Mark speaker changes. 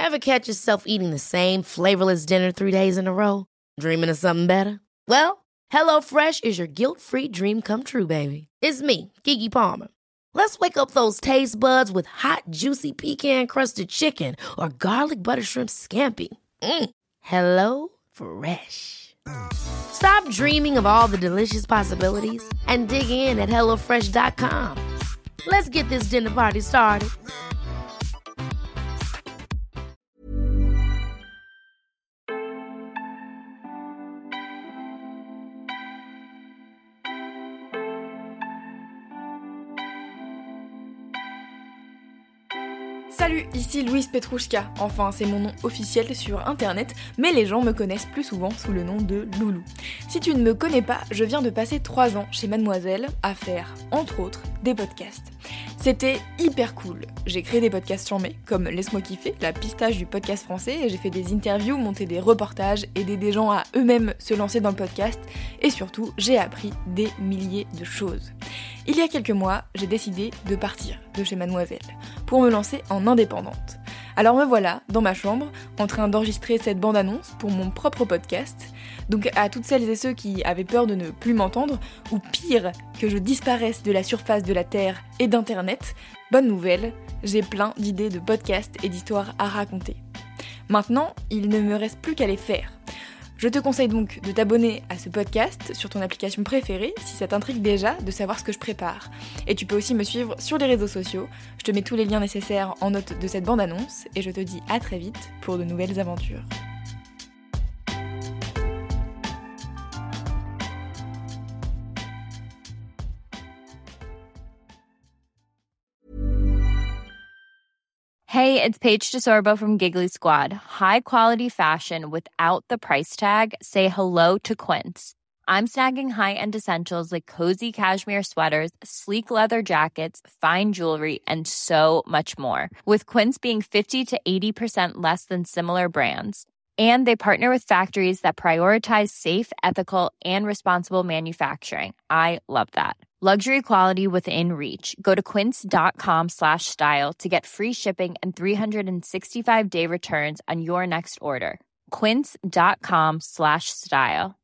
Speaker 1: Ever catch yourself eating the same flavorless dinner 3 days in a row? Dreaming of something better? Well, HelloFresh is your guilt-free dream come true, baby. It's me, Keke Palmer. Let's wake up those taste buds with hot, juicy pecan-crusted chicken or garlic butter shrimp scampi. Hello Fresh. Stop dreaming of all the delicious possibilities and dig in at HelloFresh.com. Let's get this dinner party started.
Speaker 2: Salut, ici Louise Petrouchka. Enfin, c'est mon nom officiel sur internet, mais les gens me connaissent plus souvent sous le nom de Loulou. Si tu ne me connais pas, je viens de passer 3 ans chez Mademoiselle à faire, entre autres, des podcasts. C'était hyper cool. J'ai créé des podcasts charmés, comme Laisse-moi kiffer, la pistache du podcast français, et j'ai fait des interviews, monté des reportages, aidé des gens à eux-mêmes se lancer dans le podcast, et surtout, j'ai appris des milliers de choses. Il y a quelques mois, j'ai décidé de partir de chez Mademoiselle, pour me lancer en indépendante. Alors me voilà, dans ma chambre, en train d'enregistrer cette bande-annonce pour mon propre podcast. Donc à toutes celles et ceux qui avaient peur de ne plus m'entendre, ou pire, que je disparaisse de la surface de la Terre et d'Internet, bonne nouvelle, j'ai plein d'idées de podcasts et d'histoires à raconter. Maintenant, il ne me reste plus qu'à les faire. Je te conseille donc de t'abonner à ce podcast sur ton application préférée si ça t'intrigue déjà de savoir ce que je prépare. Et tu peux aussi me suivre sur les réseaux sociaux, je te mets tous les liens nécessaires en note de cette bande-annonce et je te dis à très vite pour de nouvelles aventures.
Speaker 3: Hey, it's Paige DeSorbo from Giggly Squad. High quality fashion without the price tag. Say hello to Quince. I'm snagging high-end essentials like cozy cashmere sweaters, sleek leather jackets, fine jewelry, and so much more. With Quince being 50 to 80% less than similar brands. And they partner with factories that prioritize safe, ethical, and responsible manufacturing. I love that. Luxury quality within reach. Go to quince.com/style to get free shipping and 365-day returns on your next order. Quince.com/style.